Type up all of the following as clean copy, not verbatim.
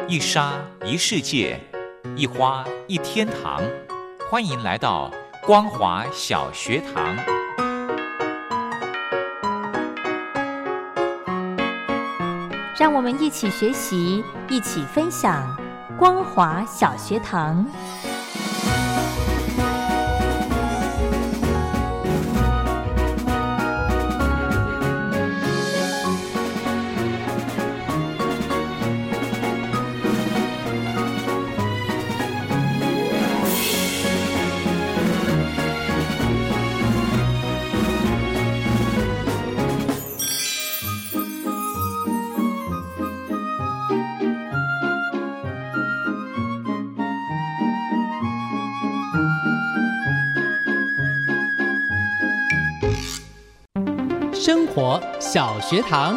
一沙一世界，一花一天堂。欢迎来到光华小学堂。 让我们一起学习，一起分享光华小学堂。 生活小学堂。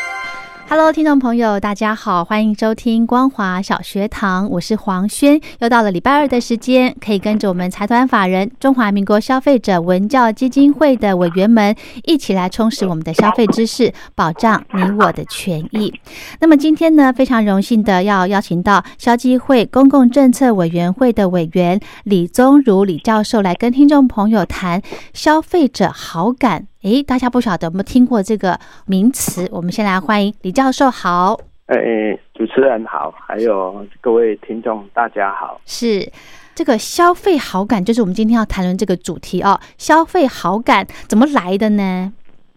Hello， 听众朋友，大家好，欢迎收听光华小学堂，我是黄轩。又到了礼拜二的时间，可以跟着我们财团法人中华民国消费者文教基金会的委员们一起来充实我们的消费知识，保障你我的权益。那么今天呢，非常荣幸的要邀请到消基会公共政策委员会的委员李宗儒李教授来跟听众朋友谈消费者好感。大家不晓得有没有听过这个名词？我们先来欢迎李教授。好， 主持人好，还有各位听众大家好。 是这个消费好感，就是我们今天要谈论这个主题哦。消费好感怎么来的呢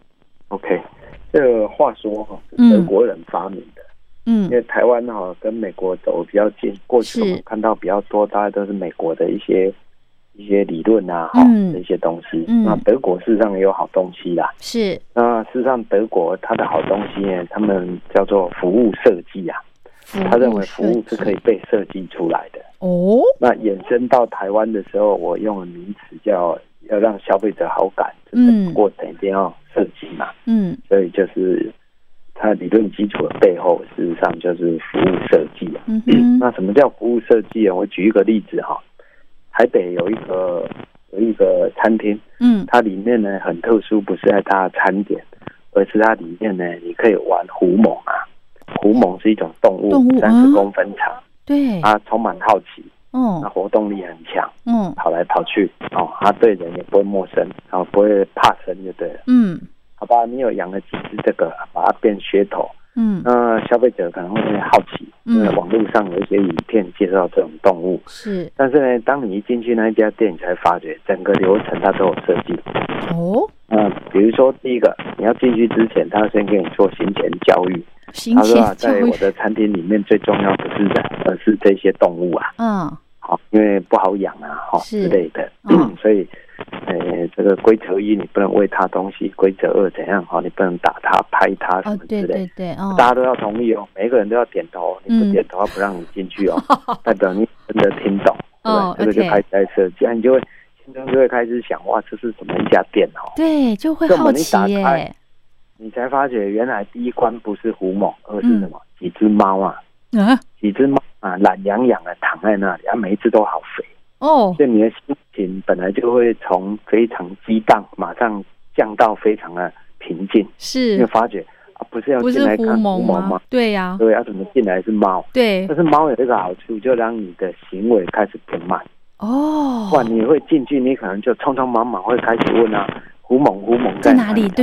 ？OK， 这个话说德国人发明的。因为台湾跟美国走比较近，过去我们看到比较多，大概都是美国的一些理论啊，这些东西。那德国事实上也有好东西啦。是。那事实上德国它的好东西呢，他们叫做服务设计啊。他认为服务是可以被设计出来的。哦。那衍生到台湾的时候，我用的名词叫要让消费者好感，这个过程一定要设计嘛。所以就是它理论基础的背后，事实上就是服务设计啊。那什么叫服务设计啊？我举一个例子哈。台北有一个餐厅，它里面呢很特殊，不是在它的餐点，而是它里面呢你可以玩狐獴啊。狐獴是一种动物，30公分长，对，它充满好奇，那活动力很强，跑来跑去，它对人也不会陌生，不会怕生就对了，好吧，你有养了几只这个，把它变噱头。那消费者可能会好奇，因为网络上有一些影片介绍这种动物，是。但是呢，当你一进去那一家店，你才发觉整个流程它都有设计。比如说第一个，你要进去之前，他先给你做行前教育。他说在我的餐厅里面最重要不是人，而是这些动物啊。好，因为不好养啊，之类的。所以。这个规则1，你不能喂它东西；规则2怎样？你不能打它、拍它什么之类的。对，大家都要同意哦，每一个人都要点头。你不点头，不让你进去哦，代表你真的听懂，对吧？这个就开始在设计，你就会心中就会开始想，哇，这是什么一家店哦？对，就会好奇耶。你才发觉原来第一关不是狐獴，而是什么？几只猫啊，几只猫啊，懒洋洋的躺在那里，每一只都好肥。所以你的心情本来就会从非常激荡，马上降到非常的平静。是，因为发觉不是要进来看狐獴吗？对呀，对，要怎么进来是猫？对，但是猫有这个好处，就让你的行为开始变慢。不然你会进去，你可能就匆匆忙忙会开始问啊，狐獴在哪里？对。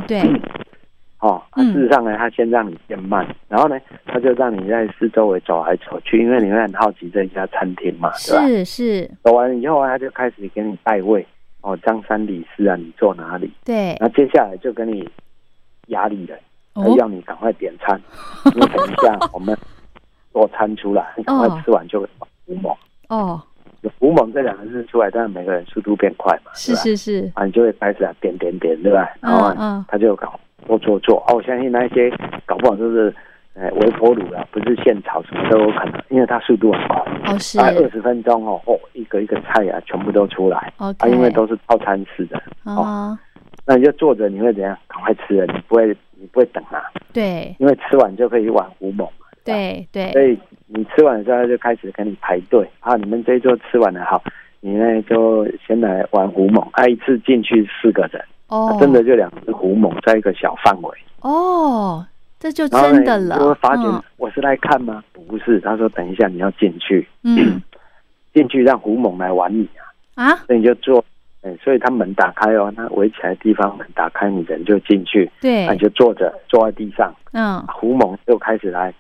事实上呢，他先让你变慢，然后呢，他就让你在四周围走来走去，因为你会很好奇这一家餐厅嘛，对吧？是。走完以后，他就开始给你带位，张三李四啊，你坐哪里？对。那接下来就跟你压力了，要你赶快点餐，因为等一下我们做餐出来，你赶快吃完就狐獴。有狐獴这2个字出来，当然每个人速度变快嘛，是。你就会开始点，对吧？然后他就搞。做我相信那些搞不好就是微波炉啦，不是现炒，什么都有可能，因为它速度很快，大概20分钟一个菜啊全部都出来，因为都是套餐式的那你就坐着，你会怎样？赶快吃了，你不会等啊，对，因为吃完就可以玩狐獴嘛，对，所以你吃完之后就开始跟你排队你们这一桌吃完了好，你呢就先来玩狐獴一次进去4个人。真的就2只狐獴在一个小范围这就真的了。 就会发觉我是来看吗？不是，他说等一下你要进去，进去让狐獴来玩你啊！所以你就坐，所以他门打开哦，那围起来的地方门打开，你人就进去， 对， 那你就坐在地上，狐獴就开始来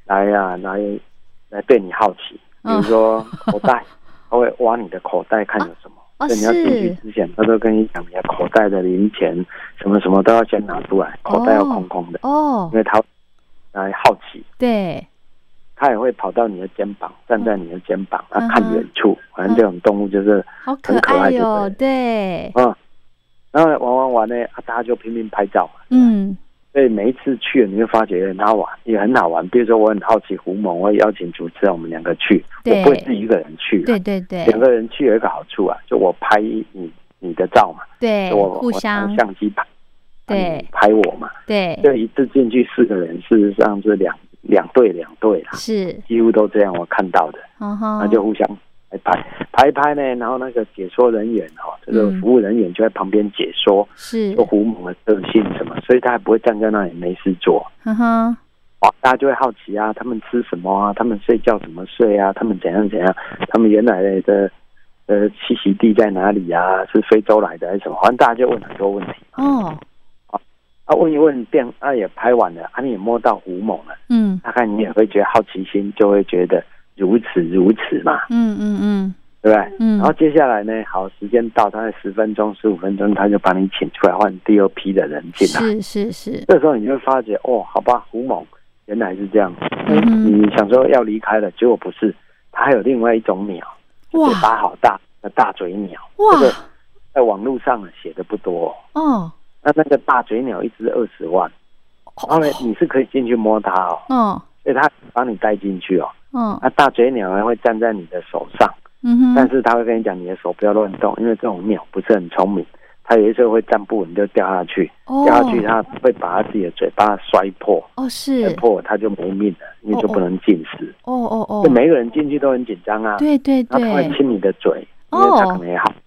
对你好奇，比如说口袋，他会挖你的口袋看有什么，所以你要进去之前，他都跟你讲你的口袋的零钱什么什么都要先拿出来，口袋要空空的因为他来好奇， 对。 他也会跑到你的肩膀，站在你的肩膀，他看远处。反正这种动物就是很可爱的， 对。 然后玩呢，大家就拼命拍照嘛。所以每一次去了，你会发觉也很好玩。比如说，我很好奇狐獴，我会邀请主持人我们两个去，我不会自己一个人去。 对， 两个人去有一个好处啊，就我拍你的照嘛， 对， 我相相机拍， 对， 拍我嘛， 对。 就一次进去4个人，事实上是两队啦， 是几乎都这样，我看到的，那就互相拍一拍呢，然后那个解说人员这个服务人员就在旁边解说， 是说狐獴的特性什么，所以他还不会站在那里没事做，大家就会好奇啊，他们吃什么啊，他们睡觉怎么睡啊，他们怎样，他们原来的栖息地在哪里啊，是非洲来的还是什么，反正大家就问很多问题问一问也拍完了你也摸到狐獴了，大概你也会觉得好奇心就会觉得如此嘛，对不对？然后接下来呢，好，时间到，大概10分钟、15分钟，他就把你请出来换第2批的人进来， 是。 这时候你就会发觉好吧，狐獴原来是这样，你想说要离开了，结果不是，它还有另外一种鸟，嘴巴好大的大嘴鸟，这个在网络上写的不多那个大嘴鸟一只20万，然后呢，你是可以进去摸它所以它把你带进去那大嘴鸟呢会站在你的手上，但是它会跟你讲你的手不要乱动，因为这种鸟不是很聪明，它有的时候会站不稳就掉下去，它会把它自己的嘴巴摔破，摔破它就没命了，因为就不能进食就每个人进去都很紧张啊， 对， 然后它会亲你的嘴，因为它可能也好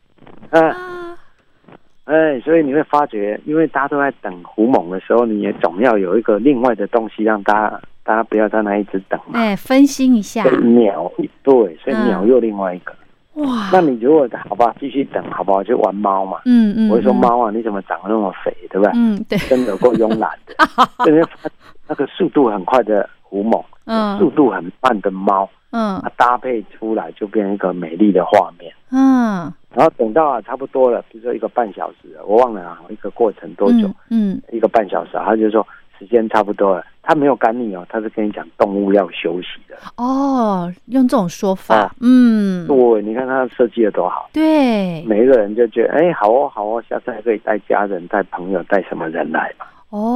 所以你会发觉，因为大家都在等狐獴的时候，你也总要有一个另外的东西让大家不要在那一直等嘛， 分心一下。 鸟对，所以鸟又另外一个。那你如果好吧继续等好不好，就玩猫嘛。我会说猫啊，你怎么长得那么肥，对不对？ 对， 真的够慵懒的。就是那个速度很快的狐獴，速度很慢的猫，它搭配出来就变成一个美丽的画面。然后等到差不多了，比如说1个半小时了，我忘了一个过程多久，1个半小时，他就说时间差不多了，他没有赶你他是跟你讲动物要休息的用这种说法， 对，你看他设计的多好， 对， 每一个人就觉得好哦，下次还可以带家人、带朋友、带什么人来嘛。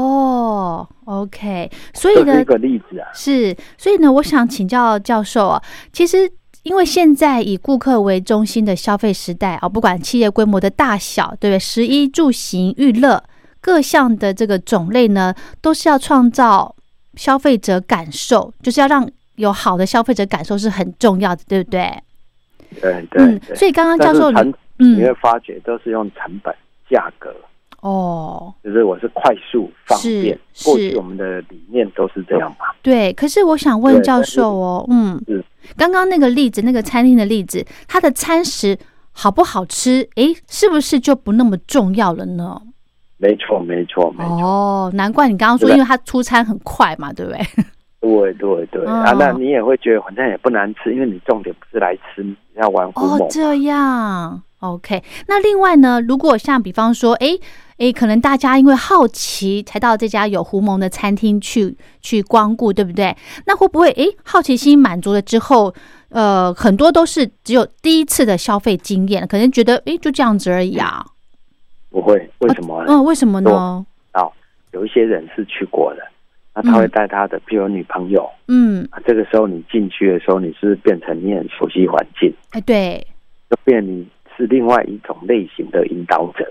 OK， 所以呢， 这是一个例子是，所以呢，我想请教教授其实因为现在以顾客为中心的消费时代不管企业规模的大小，对不对？食衣住行娱乐各项的这个种类呢，都是要创造消费者感受，就是要让有好的消费者感受是很重要的，对不对？ 对， 所以刚刚教授你会发觉都是用成本、价格就是我是快速方便，过去我们的理念都是这样嘛。 对，可是我想问教授刚刚那个例子，那个餐厅的例子，它的餐食好不好吃，是不是就不那么重要了呢？ 没错。 难怪你刚刚说，因为它出餐很快嘛，对不对？ 对那你也会觉得反正也不难吃，因为你重点不是来吃，你要玩狐獴这样 OK。那另外呢，如果像比方说可能大家因为好奇才到这家有狐獴的餐厅去光顾，对不对？那会不会好奇心满足了之后很多都是只有第一次的消费经验，可能觉得就这样子而已啊？ 不会，为什么呢？ 为什么呢？ 有一些人是去过的，那他会带他的譬如女朋友这个时候你进去的时候，你是变成你很熟悉环境对， 就变你是另外一种类型的引导者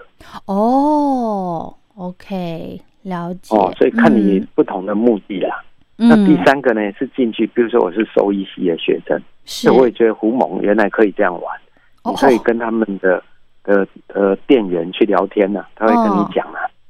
OK， 了解所以看你不同的目的啦那第3个呢是进去，比如说我是兽医系的学生，所以我也觉得狐獴原来可以这样玩你可以跟他们的店员去聊天他会跟你讲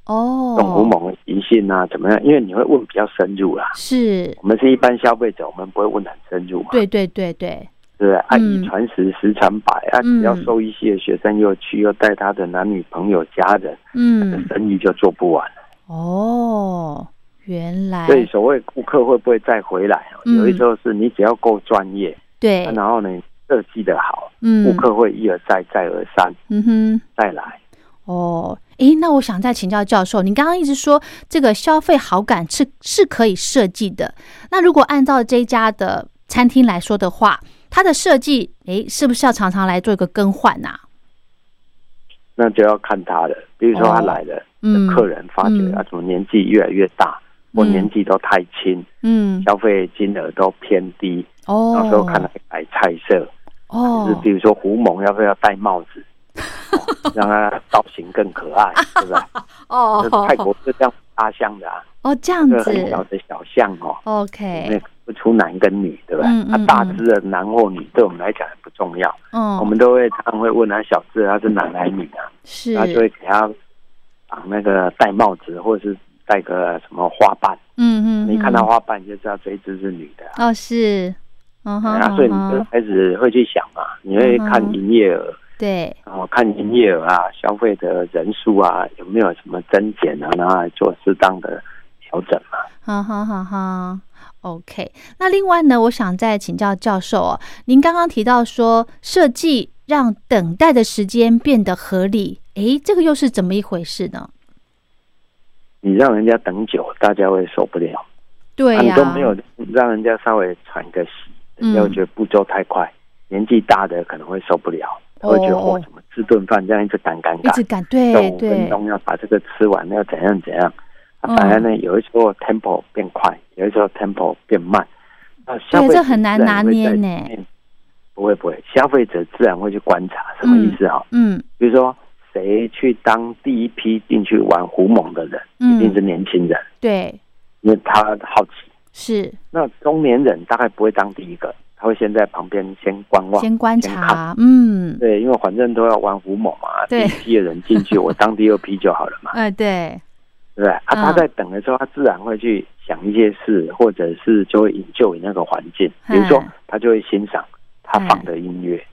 这种狐獴的习性啊怎么样？因为你会问比较深入啦。 是， 我们是一般消费者，我们不会问很深入嘛。 对， 对不对？以传十，十传百只要兽医系的学生又去，又带他的男女朋友、家人，他的生意就做不完了。 原来。 所以所谓顾客会不会再回来？有的时候是你只要够专业， 对， 然后呢设计的好，顾客会一而再，再而三，再来。 那我想再请教教授，您刚刚一直说这个消费好感是可以设计的，那如果按照这一家的餐厅来说的话，它的设计是不是要常常来做一个更换啊？ 那就要看他了。比如说他来了，客人发觉怎么年纪越来越大，或年纪都太轻，消费金额都偏低，有时候看来改菜色，就是比如说狐獴要不要戴帽子，让它造型更可爱，对不对？泰国是这样搭香的啊。 这样子。 很小的小象 OK。 不出男跟女，对不对？大只的男或女对我们来讲不重要。我们都会常常会问他小只的他是男还是女啊？是。他就会给他绑那个戴帽子，或者是戴个什么花瓣。你看到花瓣就知道这一只是女的。是。所以你就开始会去想嘛，你会看营业额。对。然后看营业额消费的人数有没有什么增减然后来做适当的调整嘛。 OK， 那另外呢，我想再请教教授您刚刚提到说设计让等待的时间变得合理，这个又是怎么一回事呢？ 你让人家等久，大家会受不了。 对呀， 你都没有让人家稍微喘个息，人家会觉得步骤太快，年纪大的可能会受不了，会觉得怎么吃顿饭这样一直赶， 一直赶，对 ，5分钟要把这个吃完，要怎样。反而呢，有的时候 tempo 变快，有的时候 tempo 变慢。 对，这很难拿捏呢。 不会，消费者自然会去观察，什么意思比如说谁去当第一批进去玩狐獴的人，一定是年轻人。对，因为他好奇。是。那中年人大概不会当第一个，他会先在旁边先观望， 先观察。 对，因为反正都要玩狐獴嘛，第一批的人进去，我当第二批就好了嘛。对。对不对？他在等的时候，他自然会去想一些事，或者是就会引咎于那个环境。比如说，他就会欣赏他放的音乐。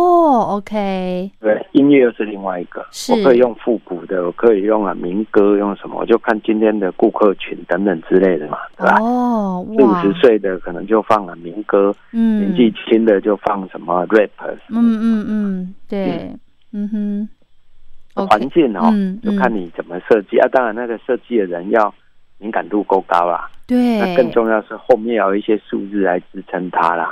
OK。对， 音乐又是另外一个。我可以用复古的，我可以用民歌，用什么？我就看今天的顾客群等等之类的嘛，对吧？40-50岁的可能就放民歌，年纪轻的就放什么 rap。对，环境就看你怎么设计当然那个设计的人要敏感度够高啦。对，那更重要是后面要有一些数字来支撑它啦。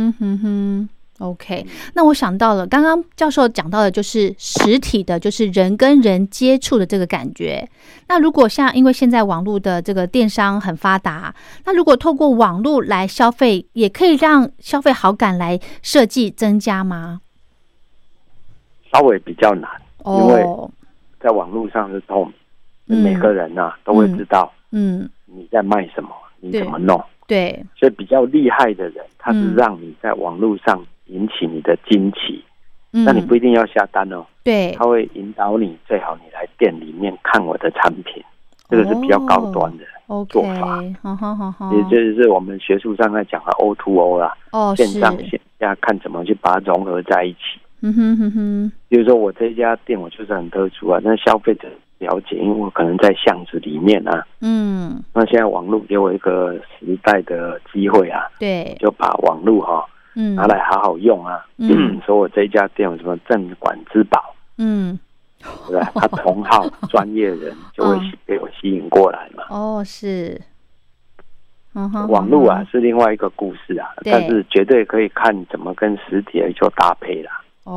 OK， 那我想到了，刚刚教授讲到的就是实体的，就是人跟人接触的这个感觉。那如果像因为现在网络的这个电商很发达，那如果透过网络来消费，也可以让消费好感来设计增加吗？ 稍微比较难。因为在网络上是透明，每个人都会知道你在卖什么，你怎么弄。对，所以比较厉害的人，他是让你在网络上引起你的惊奇，那你不一定要下单对，他会引导你，最好你来店里面看我的产品，这个是比较高端的做法。也就是我们学术上在讲的 O2O 啦，线上线下看怎么去把它融合在一起。比如说我这家店我就是很特殊那消费者了解，因为我可能在巷子里面那现在网络给我一个时代的机会对，就把网络拿来好好用所以我这家店有什么镇馆之宝对吧？他同好专业人就会被我吸引过来嘛。是。网络是另外一个故事但是绝对可以看怎么跟实体做搭配啦。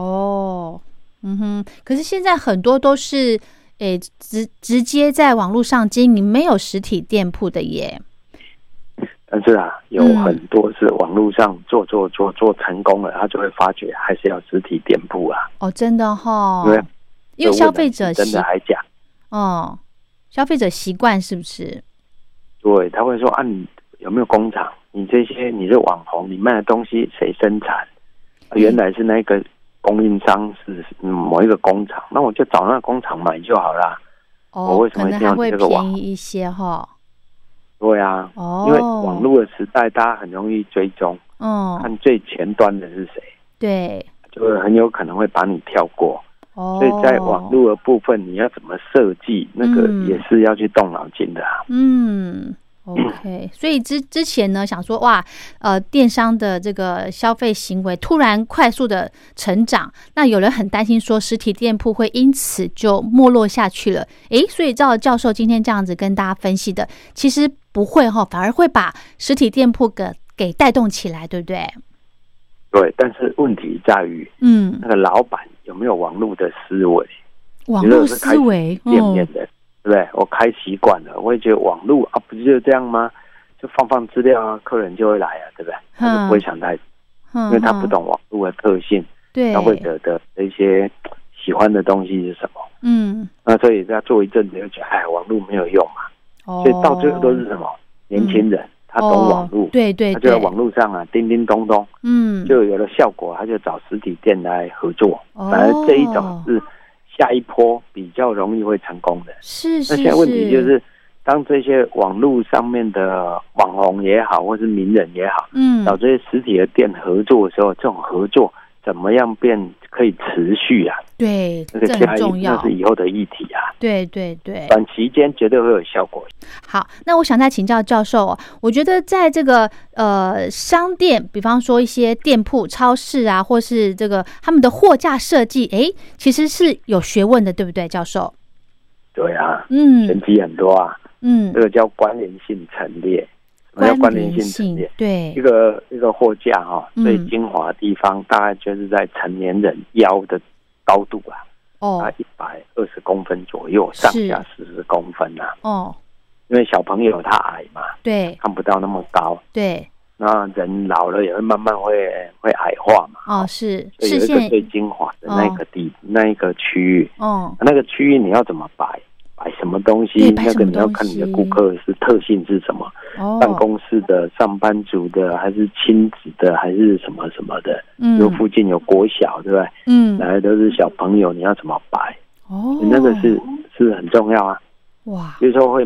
可是现在很多都是直接在网络上经营，没有实体店铺的耶。 但是有很多是网络上做成功了，他就会发觉还是要实体店铺真的因为消费者真的还假消费者习惯是不是？ 对，他会说你有没有工厂？你这些你是网红，你卖的东西谁生产？原来是那个供应商是某一个工厂，那我就找那个工厂买就好啦。 我为什么一定要这个网？ 可能还会便宜一些哈。 对啊，因为网络的时代，大家很容易追踪，看最前端的是谁， 对， 就很有可能会把你跳过。所以在网络的部分，你要怎么设计，那个也是要去动脑筋的啊。 OK， 所以之前呢，想说哇，电商的这个消费行为突然快速的成长，那有人很担心说实体店铺会因此就没落下去了。所以照教授今天这样子跟大家分析的，其实不会哈，反而会把实体店铺给带动起来，对不对？ 对，但是问题在于，那个老板有没有网络的思维？ 网络思维， 店面的。对不对？我开习惯了，我也觉得网络啊，不就这样吗？就放资料啊，客人就会来啊，对不对？他就不会想太多，因为他不懂网络的特性，消费者的一些喜欢的东西是什么。那所以他做一阵子就觉得，网络没有用嘛。所以到最后都是什么？年轻人他懂网络， 对， 他就在网络上啊，叮叮咚咚，就有了效果，他就找实体店来合作。反而这一种是下一波比较容易会成功的。 是。 那现在问题就是，当这些网络上面的网红也好，或是名人也好，找这些实体的店合作的时候，这种合作怎么样变可以持续啊？ 对， 这个很重要， 那是以后的议题啊。 对， 短期间绝对会有效果。 好，那我想再请教教授我觉得在这个商店，比方说一些店铺、超市啊，或是这个他们的货架设计，其实是有学问的，对不对，教授？ 对啊，玄机很多啊。这个叫关联性陈列。什么叫关联性陈列？对，一个货架最精华的地方大概就是在成年人腰的高度啊。它120公分左右，上下40公分啊。因为小朋友他矮嘛，对，看不到那么高，对。那人老了也会慢慢会矮化嘛。是。所以有一个最精华的那一个区域。那个区域你要怎么摆什么东西？那个你要看你的顾客是特性是什么。办公室的、上班族的，还是亲子的，还是什么什么的？有附近有国小，对不对？来的都是小朋友，你要怎么摆？那个是很重要啊。哇！比如说会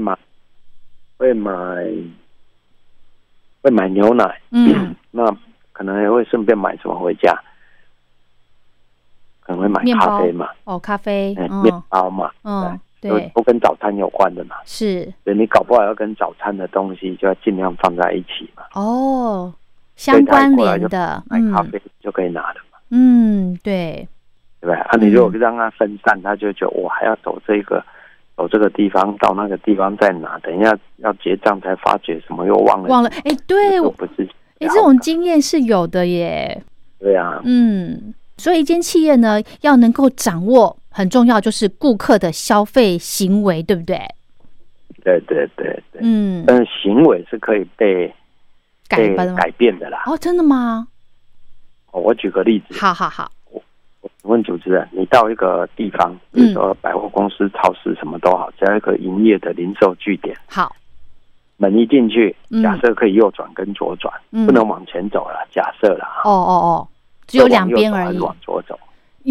买牛奶，那可能也会顺便买什么回家？可能会买咖啡嘛？咖啡，面包嘛？对，都跟早餐有关的嘛。是，所以你搞不好要跟早餐的东西就要尽量放在一起嘛。相关联的，买咖啡就可以拿了嘛。对，对不对？你如果让它分散，他就觉得我还要走这个地方到那个地方再拿，等一下要结账才发觉什么又忘了。对，我不是。这种经验是有的耶。对啊。所以一间企业呢，要能够掌握很重要，就是顾客的消费行为，对不对？对。但是行为是可以被改变的啦。真的吗？我举个例子。好。我问主持人，你到一个地方，比如说百货公司、超市，什么都好，只要一个营业的零售据点。好。门一进去，假设可以右转跟左转，不能往前走了。假设了。只有两边而已。往左走。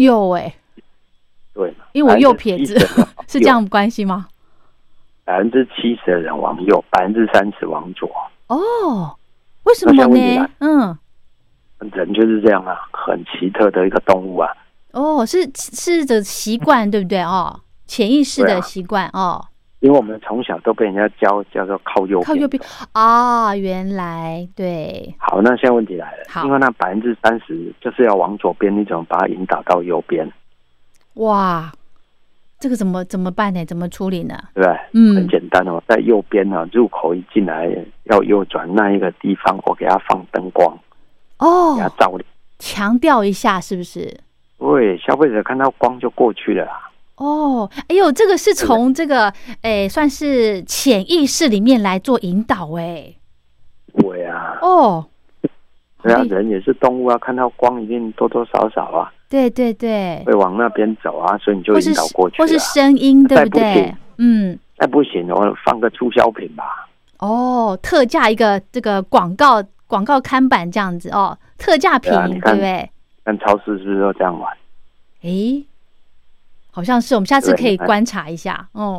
对。因为我右撇子，是这样关系吗？70%的人往右，30%往左。为什么呢？人就是这样啊，很奇特的一个动物啊。是的习惯，对不对？潜意识的习惯因为我们从小都被人家教叫做靠右边原来对。好，那现在问题来了，因为那30%就是要往左边，你怎么把它引导到右边？哇，这个怎么办呢？怎么处理呢？对不对？很简单在右边入口一进来要右转那一个地方，我给它放灯光给它照亮，强调一下，是不是？对，消费者看到光就过去了啦。这个是从这个算是潜意识里面来做引导对啊。对啊，人也是动物啊，看到光一定多多少少啊。对，会往那边走啊，所以你就引导过去或是声音，对不对？再不行我放个促销品吧。特价一个这个广告看板这样子特价品，对不对？看超市是不是都这样玩？好像是，我们下次可以观察一下。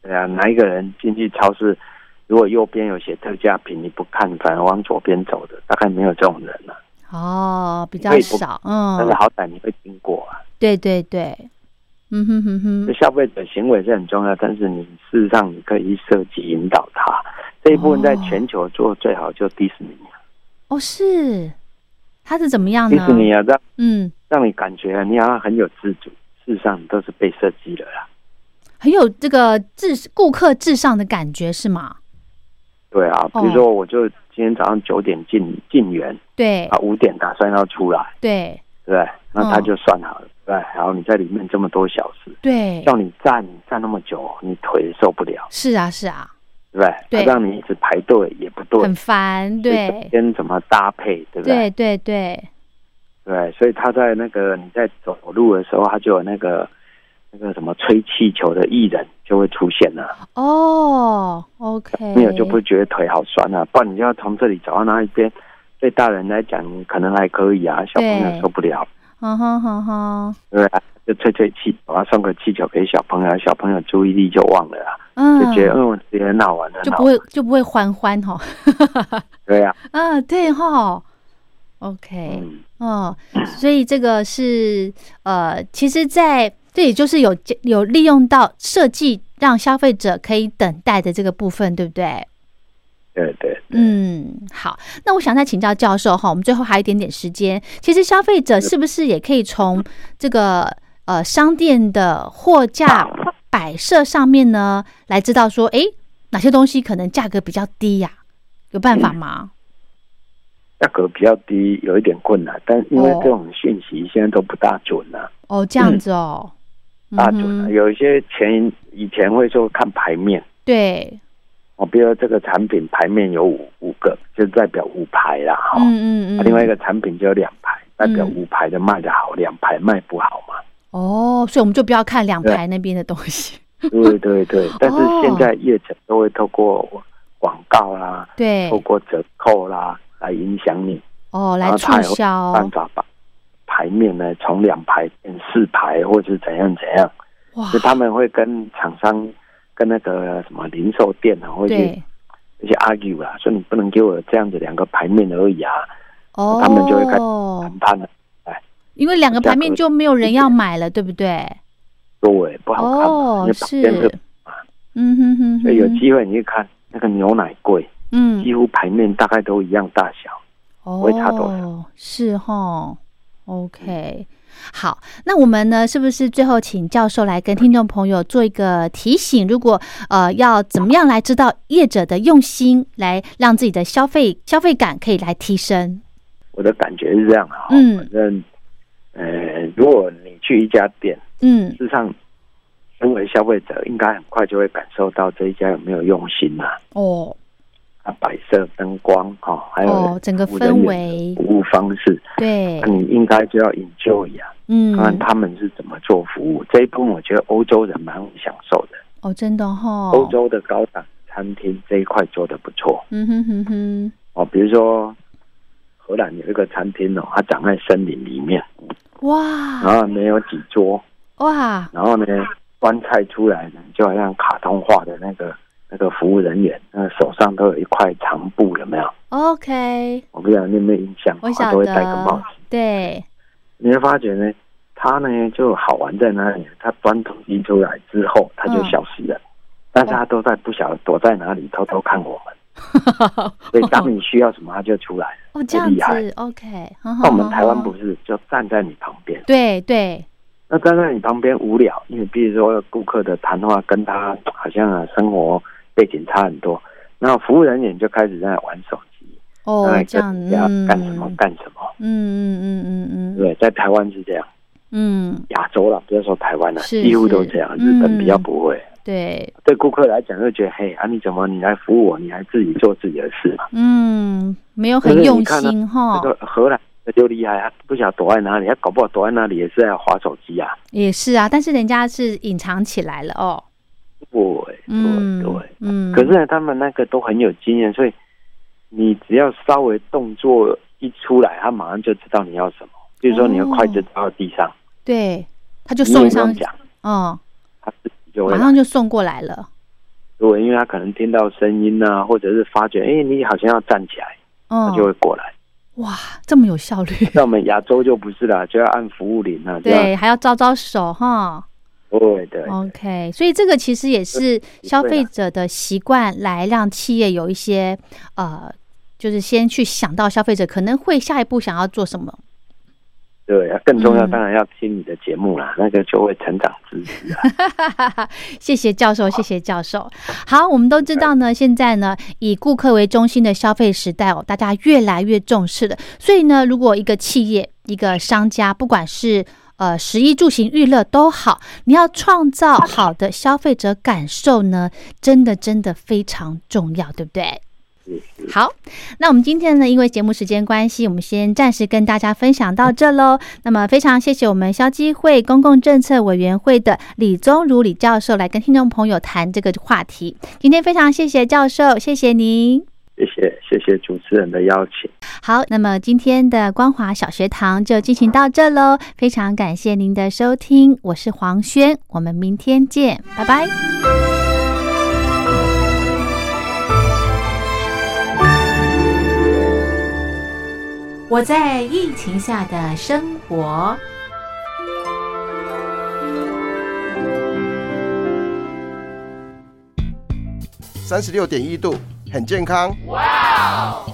对啊，哪一个人进去超市，如果右边有写特价品，你不看，反而往左边走的，大概没有这种人了。 哦，比较少， 但是好歹你会经过啊。 对对对， 消费者行为是很重要，但是你事实上你可以设计引导他。这一部分在全球做最好就迪士尼。 哦，是，它是怎么样呢？ 迪士尼啊，让你感觉你好像很有自主，事实上你都是被设计了啦。 很有这个顾客至上的感觉是吗？ 对啊，比如说我就今天早上9点进园， 对啊 ，5点打算要出来，对不对？那他就算好了，对，然后你在里面这么多小时， 对， 叫你站那么久，你腿受不了。是啊，对不对？对，让你一直排队也不对，很烦，对， 跟怎么搭配，对不对？ 对， 所以他在那个你在走路的时候，他就有那个什么吹气球的艺人就会出现了。 哦 ，OK， 没有就不觉得腿好酸啊，不然你就要从这里走到那一边。对大人来讲可能还可以啊，小朋友受不了。对啊，就吹气球啊，送个气球给小朋友，小朋友注意力就忘了啊，就觉得觉得很好玩， 就不会欢哈。 对啊， 对哈。OK，所以这个是其实在这里就是有利用到设计让消费者可以等待的这个部分，对不对？ 对， 好，那我想再请教教授哈，我们最后还有一点点时间，其实消费者是不是也可以从这个商店的货架摆设上面呢，来知道说，哪些东西可能价格比较低呀？有办法吗？ 价格比较低有一点困难，但因为这种讯息现在都不大准了。 这样子哦， 大准了，有一些以前会说看牌面， 对。 比如说这个产品牌面有五个，就代表5排啦，另外一个产品就有2排，代表5排的卖得好，2排卖不好嘛。 所以我们就不要看2排那边的东西。 对，但是现在业者都会透过广告啦，对，透过折扣啦来影响你， 来促销， 办法把牌面呢从2排变4排，或者是怎样，所以他们会跟厂商。跟那个什么零售店啊，或者一些 argue 啦，说你不能给我这样子2个牌面而已啊，他们就会开始谈判了， 因为2个牌面就没有人要买了，对不对？ 对，不好看嘛，因为旁边是所以有机会你去看那个牛奶柜，几乎牌面大概都一样大小，不会差多少。 是齁 ，OK。好，那我们呢，是不是最后请教授来跟听众朋友做一个提醒？如果要怎么样来知道业者的用心，来让自己的消费感可以来提升？ 我的感觉是这样啊，反正如果你去一家店，事实上，身为消费者，应该很快就会感受到这一家有没有用心啊。摆设、灯光还有整个氛围、 服务方式， 对， 你应该就要 enjoy 啊，看看他们是怎么做服务。这一部分我觉得欧洲人蛮享受的。 真的欧洲的高档餐厅这一块做得不错。比如说荷兰有一个餐厅它长在森林里面，然后没有几桌，然后呢端菜出来呢，就好像卡通化的那个服务人员，手上都有一块长布，有没有 ？OK， 我不知道你有没有印象，他都会戴个帽子。 对， 你会发觉呢，他呢就好玩在哪里？他端统计出来之后，他就消失了，但是他都在不晓得躲在哪里，偷偷看我们。所以当你需要什么，他就出来了。 这样子 OK。 那我们台湾不是就站在你旁边？ 对。 那站在你旁边无聊，因为比如说顾客的谈话跟他好像生活背景差很多，那服务人员就开始在玩手机， 这样要干什么，对，在台湾是这样，亚洲啦，不要说台湾啦，几乎都这样，日本比较不会。对顾客来讲就觉得，你怎么你来服务我，你还自己做自己的事嘛？ 没有很用心哈。 这个荷兰就厉害，他不晓得躲在哪里，他搞不好躲在哪里也是在滑手机啊。 也是啊，但是人家是隐藏起来了哦。 对，可是呢，他们那个都很有经验，所以你只要稍微动作一出来，他马上就知道你要什么。比如说你的筷子掉到地上， 对，他就送上讲， 他自己就会马上就送过来了。 对，因为他可能听到声音啊，或者是发觉你好像要站起来，他就会过来。 哇，这么有效率。 在我们亚洲就不是啦，就要按服务铃啊， 对，还要招招手哈。 对 OK， 所以这个其实也是消费者的习惯，来让企业有一些就是先去想到消费者可能会下一步想要做什么。 对，更重要当然要听你的节目啦，那个就会成长知识啊。 谢谢教授，谢谢教授。好，我们都知道呢，现在呢以顾客为中心的消费时代大家越来越重视了。所以呢，如果一个企业、一个商家，不管是食衣住行娱乐都好，你要创造好的消费者感受呢，真的非常重要，对不对？好，那我们今天呢，因为节目时间关系，我们先暂时跟大家分享到这咯。那么非常谢谢我们消基会公共政策委员会的李宗儒李教授来跟听众朋友谈这个话题。今天非常谢谢教授，谢谢您。 谢谢主持人的邀请。 好，那么今天的光华小学堂就进行到这咯，非常感谢您的收听，我是黄轩，我们明天见，拜拜。我在疫情下的生活。 36.1度，很健康。 哇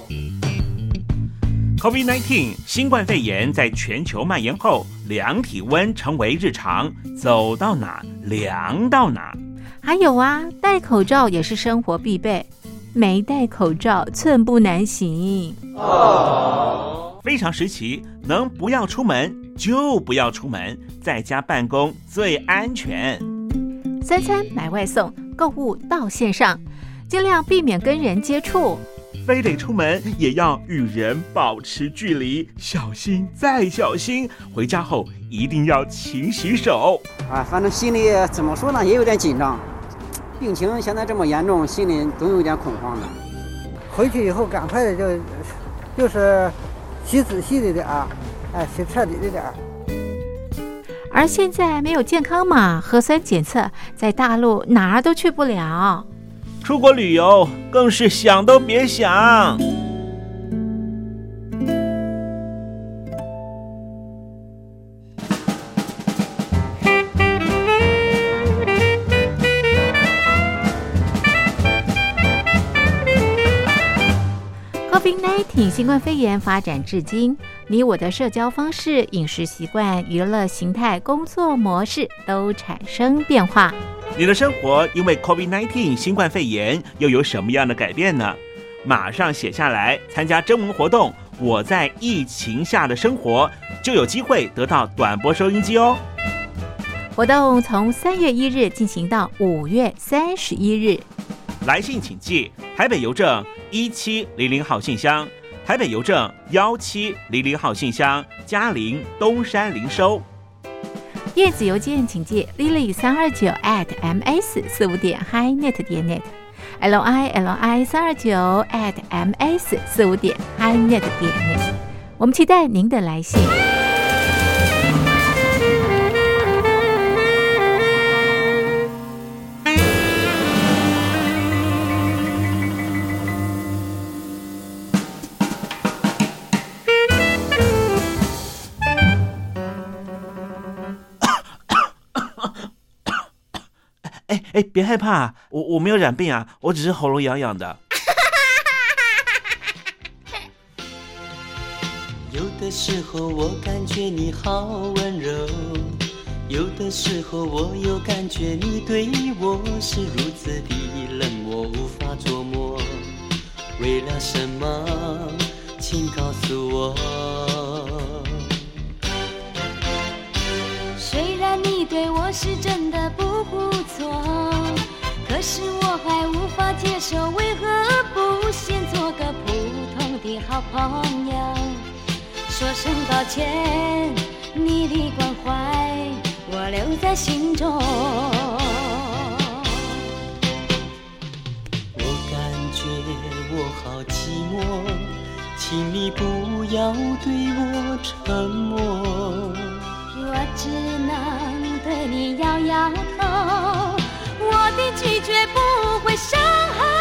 ！COVID-19 新冠肺炎在全球蔓延后，量体温成为日常，走到哪量到哪。 还有啊，戴口罩也是生活必备，没戴口罩寸步难行。 非常时期，能不要出门就不要出门，在家办公最安全。 三餐买外送，购物到线上，尽量避免跟人接触。 非得出门也要与人保持距离，小心再小心。回家后一定要勤洗手。 反正心里怎么说呢，也有点紧张。病情现在这么严重，心里总有点恐慌的。 回去以后赶快的就是洗仔细的点儿，洗彻底的点儿。 而现在没有健康码、核酸检测，在大陆哪儿都去不了。 出国旅游更是想都别想。 COVID-19 新冠肺炎发展至今，你我的社交方式、饮食习惯、娱乐形态、工作模式都产生变化。 你的生活因为 COVID-19 新冠肺炎又有什么样的改变呢？马上写下来，参加征文活动，我在疫情下的生活，就有机会得到短波收音机哦。 活动从3月1日进行到5月31日。 来信请寄台北邮政1700号信箱，台北邮政1700号信箱，嘉陵东山零收。 电子邮件请寄 lily329@ms45.highnet.net lili329@ms45.highnet.net。我们期待您的来信。 别害怕，我没有染病啊，我只是喉咙痒痒的。 有的时候我感觉你好温柔，有的时候我又感觉你对我是如此的冷漠，无法琢磨为了什么，请告诉我。 虽然你对我是真的不错，可是我还无法接受，为何不先做个普通的好朋友？说声抱歉，你的关怀我留在心中。 我感觉我好寂寞，请你不要对我沉默。 我只能对你摇摇头，我的拒绝不会伤害。